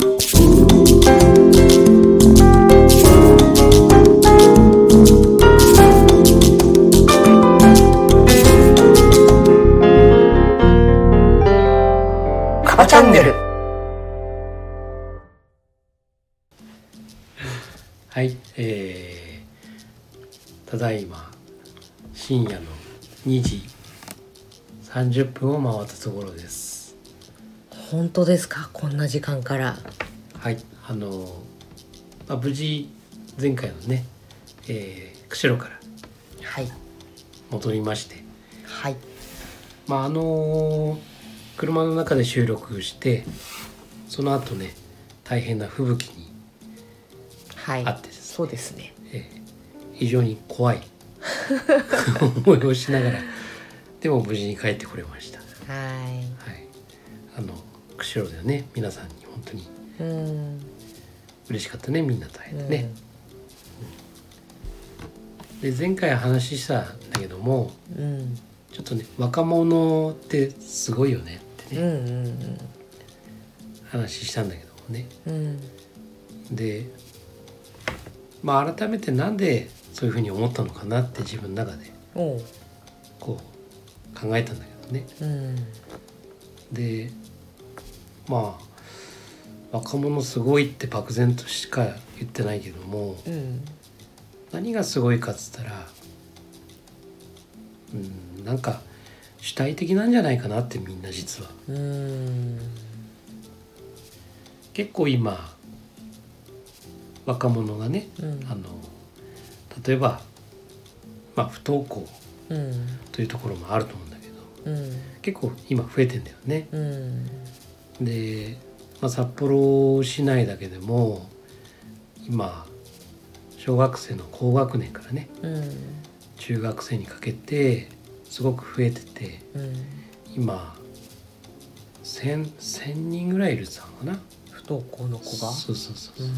カバチャンネル。 はい、ただいま深夜の2時30分を回ったところです。 本当ですか？こんな時間から。 はい、無事前回のね、釧路からはい戻りまして、 はい車の中で収録して、その後ね大変な吹雪にはいあってですね、 そうですね、 非常に怖い思いをしながらでも無事に帰ってこれました。 はい、 釧路ではね皆さんに本当に嬉しかったね、みんなと会えてね、で前回話したんだけども、ちょっとね若者ってすごいよねってね、話したんだけどもね、で改めてなんでそういうふうに思ったのかなって自分の中でこう考えたんだけどね、で若者すごいって漠然としか言ってないけども、何がすごいかっつったら、なんか主体的なんじゃないかなって。みんな実は結構今若者がね、例えば、不登校というところもあると思うんだけど、結構今増えてんだよね、で、札幌市内だけでも今小学生の高学年からね、中学生にかけてすごく増えてて、今1000人ぐらいいるって言ったのかな、 不登校の子が。 そう、や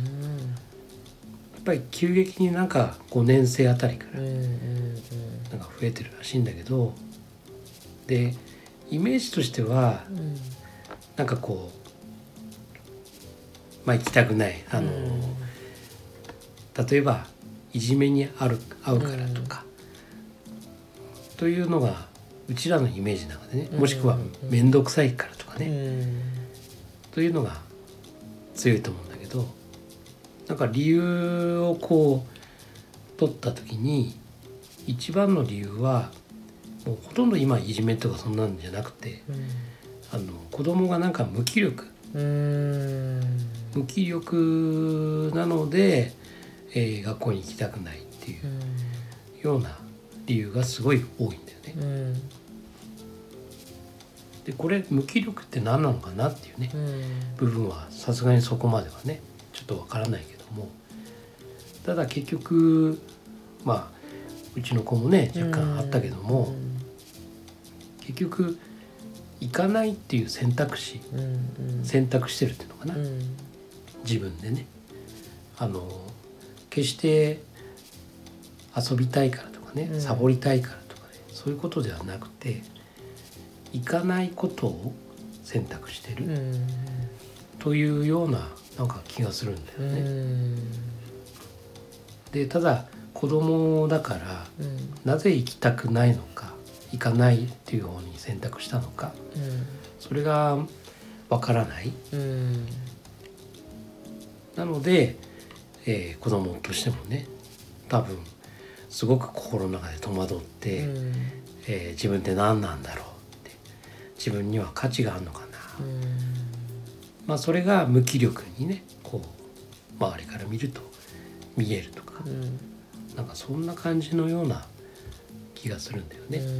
っぱり急激になんか5年生あたりからなんか増えてるらしいんだけど、でイメージとしてはなんかこう行きたくない、例えばいじめに遭うからとか、というのがうちらのイメージの中でね、もしくは面倒くさいからとかね、というのが強いと思うんだけど、なんか理由を取った時に一番の理由はもうほとんど今いじめとかそんなんじゃなくて、子供がなんか無気力なので、学校に行きたくないっていうような理由がすごい多いんだよね、でこれ無気力って何なのかなっていうね、部分はさすがにそこまではねちょっとわからないけども、ただ結局うちの子もね若干あったけども、結局行かないっていう選択肢、選択してるっていうのかな、自分でね、決して遊びたいからとかね、サボりたいからとかね、そういうことではなくて行かないことを選択してる、というようななんか気がするんだよね、でただ子供だから、なぜ行きたくないのか、行かないっていう方に選択したのか、それがわからない、なので、子供としてもね多分すごく心の中で戸惑って、自分って何なんだろうって、自分には価値があるのかな、それが無気力にね周りから見ると見えるとか、なんかそんな感じのような気がするんだよね、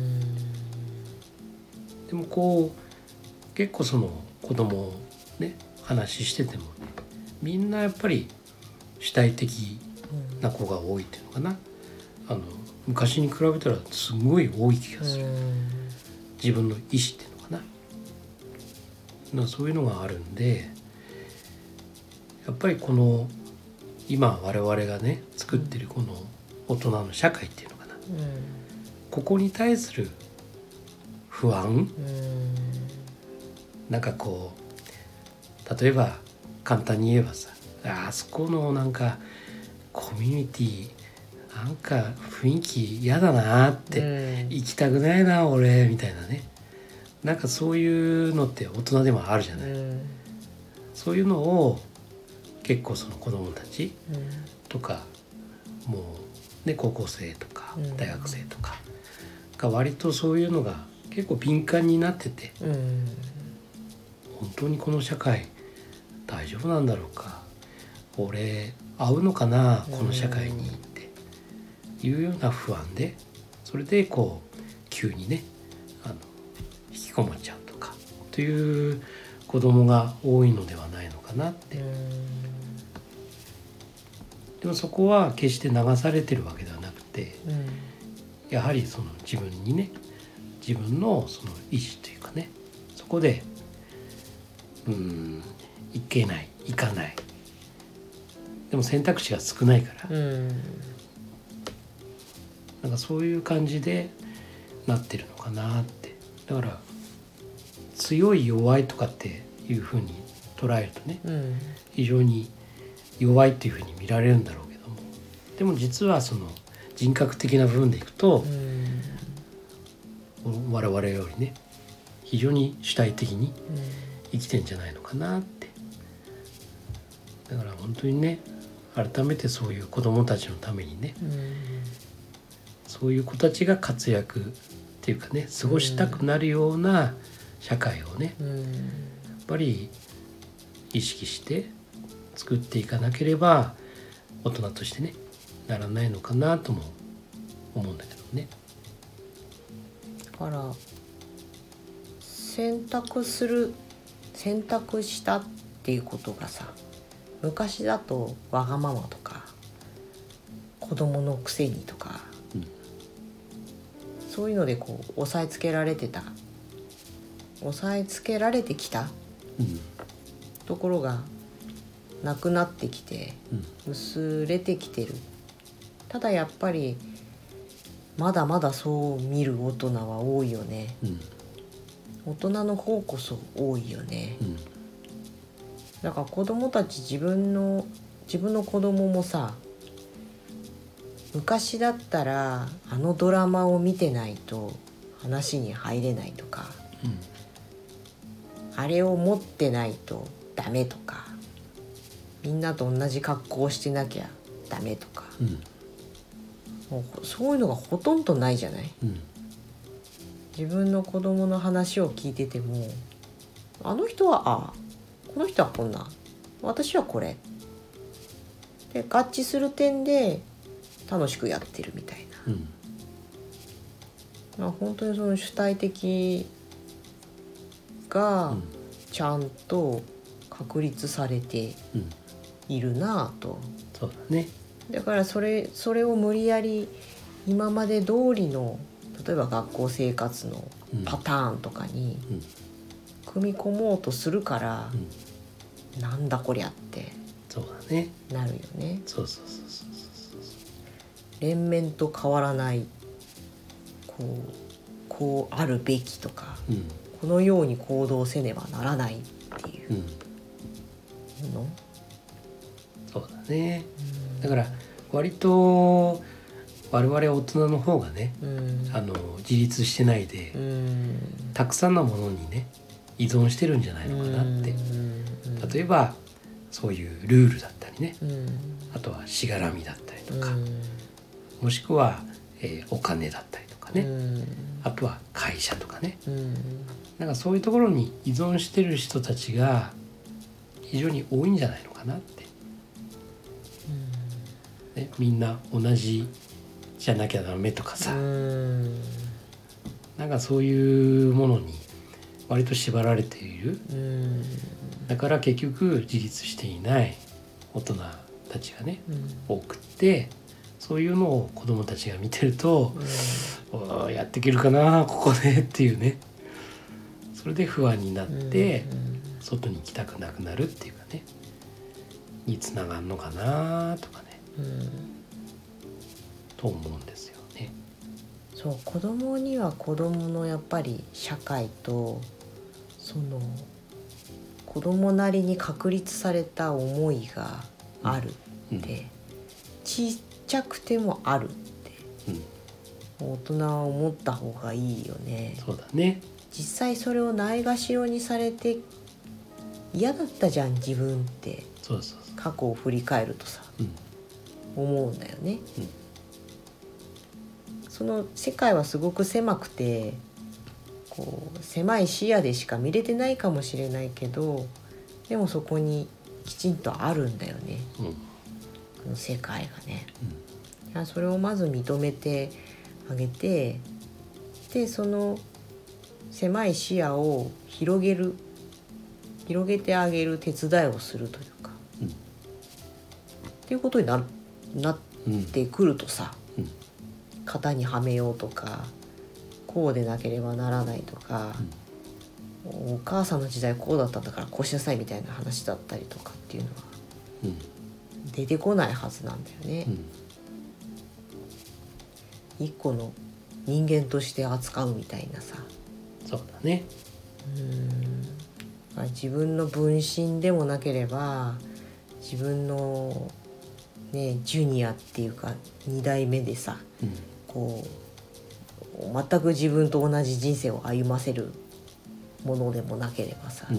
でも結構その子供ね話しててもね、みんなやっぱり主体的な子が多いっていうのかな、昔に比べたらすごい多い気がする、自分の意思っていうのかな、そういうのがあるんで、やっぱり今我々がね作ってるこの大人の社会っていうのかな、ここに対する不安、なんか例えば簡単に言えばさ、あそこのなんかコミュニティなんか雰囲気嫌だなって、行きたくないな俺みたいなね、なんかそういうのって大人でもあるじゃない、そういうのを結構その子供たちとか、もうね高校生とか大学生とかが割とそういうのが結構敏感になってて、本当にこの社会大丈夫なんだろうか、俺合うのかなこの社会にっていうような不安で、それでこう急にね引きこもっちゃうとかという子供が多いのではないのかなって。でもそこは決して流されてるわけではなくて、やはりその自分にね、自分のその意思というかね、そこでいけない、いかない、でも選択肢が少ないから、なんかそういう感じでなってるのかなって。だから強い弱いとかっていうふうに捉えるとね、非常に弱いっていうふうに見られるんだろうけども、でも実はその人格的な部分でいくと、我々よりね非常に主体的に生きてんじゃないのかなって。だから本当にね、改めてそういう子どもたちのためにね、そういう子たちが活躍っていうかね、過ごしたくなるような社会をね、やっぱり意識して作っていかなければ大人としてねならないのかなとも思うんだけどね。 だから選択したっていうことがさ、昔だとわがままとか子供のくせにとか、そういうのでこう押さえつけられてきた、ところがなくなってきて、薄れてきてる。ただやっぱりまだまだそう見る大人は多いよね、大人の方こそ多いよね、だから子供たち、自分の子供もさ、昔だったらあのドラマを見てないと話に入れないとか、あれを持ってないとダメとか、みんなと同じ格好をしてなきゃダメとか、もうそういうのがほとんどないじゃない、自分の子供の話を聞いてても、あの人はああ、この人はこんな、私はこれで合致する点で楽しくやってるみたいな、本当にその主体的がちゃんと確立されているなぁと、 そうだね。 だからそれを無理やり今まで通りの、例えば学校生活のパターンとかに組み込もうとするから、なんだこりゃってそうだね。 なるよね。 そう連綿と変わらないこうあるべきとか、このように行動せねばならないっていうの、 そうだね。だから割と我々大人の方がね、自立してないで、たくさんのものにね依存してるんじゃないのかなって。例えばそういうルールだったりね、あとはしがらみだったりとか、もしくは、お金だったりとかね、あとは会社とかね、なんかそういうところに依存してる人たちが非常に多いんじゃないのかなって、ね、みんな同じじゃなきゃダメとかさ、なんかそういうものに割と縛られている、だから結局自立していない大人たちがね、多くって、そういうのを子どもたちが見てると、やっていけるかなここでっていうね、それで不安になって、外に行きたくなくなるっていうかねにつながるのかなとかね、と思うんですよね。 そう、子供には子供のやっぱり社会とその子供なりに確立された思いがあるって、ちっちゃくてもあるって、大人は思った方がいいよね。 そうだね。 実際それをないがしろにされて嫌だったじゃん自分って。 そうそうそう。 過去を振り返るとさ、思うんだよね。その世界はすごく狭くて、こう狭い視野でしか見れてないかもしれないけど、でもそこにきちんとあるんだよね、この世界がね。それをまず認めてあげて、でその狭い視野を広げてあげる手伝いをするというか、っていうことになってくるとさ、型にはめようとか、こうでなければならないとか、お母さんの時代こうだったんだからこうしなさいみたいな話だったりとかっていうのは出てこないはずなんだよね。一個の人間として扱うみたいなさ。 そうだね。 自分の分身でもなければ、自分のねジュニアっていうか2代目でさ、こう全く自分と同じ人生を歩ませるものでもなければさ、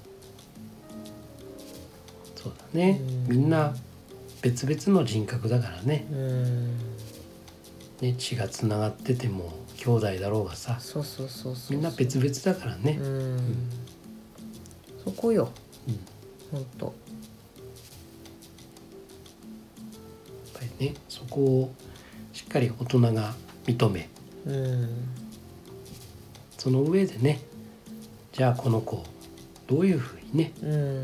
そうだね。みんな別々の人格だからね。ね、血がつながってても兄弟だろうがさ、みんな別々だからね。 そこよ、ほんと。 やっぱりね、そこをしっかり大人が認め、その上でね、じゃあこの子どういうふうにね、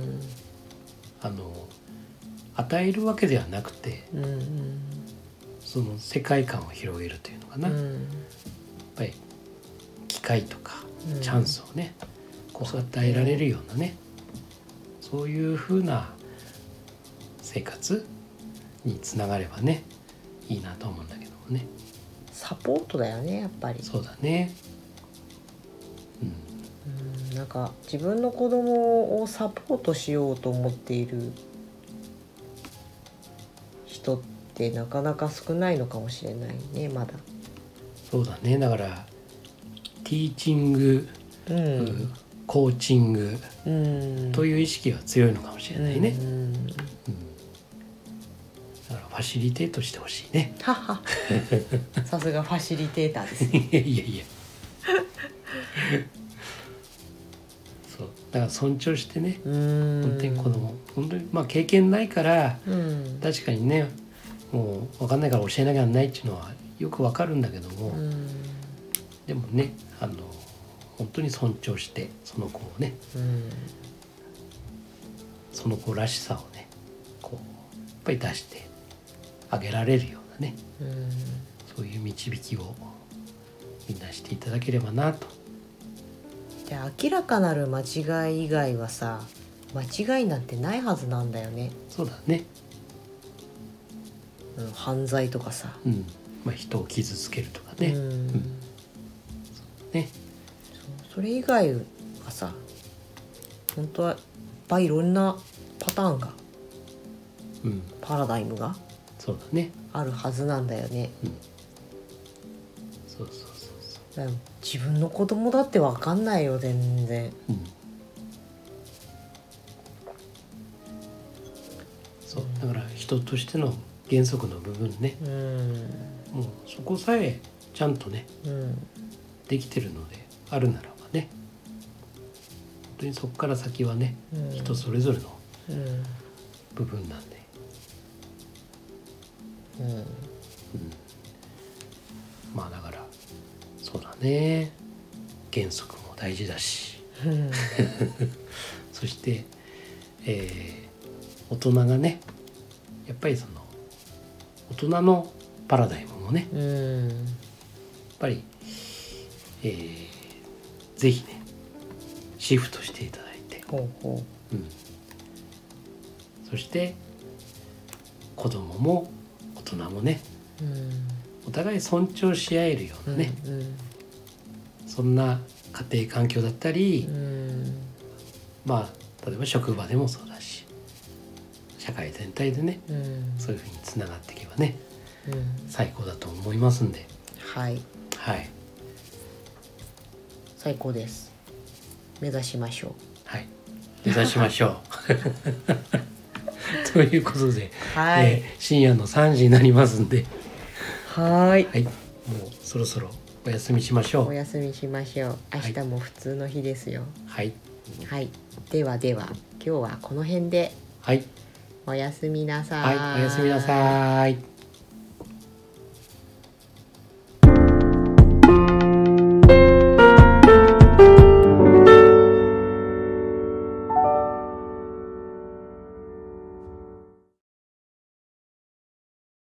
与えるわけではなくて、その世界観を広げるというのかな、やっぱり機会とかチャンスをね、こう与えられるようなね、そういうふうな生活につながればね、いいなと思うんだけどもね。 サポートだよね、やっぱり。 そうだね。 なんか自分の子供をサポートしようと思っている人ってなかなか少ないのかもしれないね、まだ。 そうだね。だからティーチング、コーチングという意識が強いのかもしれないね。だからファシリテートしてほしいね。 ははさすがファシリテーターですね。 いやいやそうだから尊重してね、本当に子供、本当に経験ないから、確かにね、もう分かんないから教えなきゃならないっていうのはよく分かるんだけども、でもね、本当に尊重してその子をね、その子らしさをね、こうやっぱり出してあげられるようなね、そういう導きをみんなしていただければなと。 じゃあ明らかなる間違い以外はさ、間違いなんてないはずなんだよね。 そうだね。 犯罪とかさ、 人を傷つけるとかね。ね。 それ以外はさ、本当はいっぱいいろんなパターンが、パラダイムがそうだね。 あるはずなんだよね。 そうだから自分の子供だって分かんないよ、全然。 そうだから人としての原則の部分ね、もうそこさえちゃんとね、できてるのであるならばね、本当にそこから先はね、人それぞれの部分なんで、だからそうだね、原則も大事だし、そして、大人がね、やっぱりその大人のパラダイムもね、やっぱり、ぜひねシフトしていただいて、そして子供も大人もね、お互い尊重し合えるようなね、そんな家庭環境だったり、 例えば職場でもそうだし社会全体でね、 うん、 そういうふうにつながっていけばね、 うん、 最高だと思いますんで、 はいはい、 最高です。目指しましょう。 はい、目指しましょうということで、 はい、 深夜の3時になりますんで、 はい、 はい、もうそろそろお休みしましょう。 お休みしましょう。明日も普通の日ですよ。 はい、 はい、ではでは今日はこの辺ではい、 おやすみなさはい、おやすみなさい。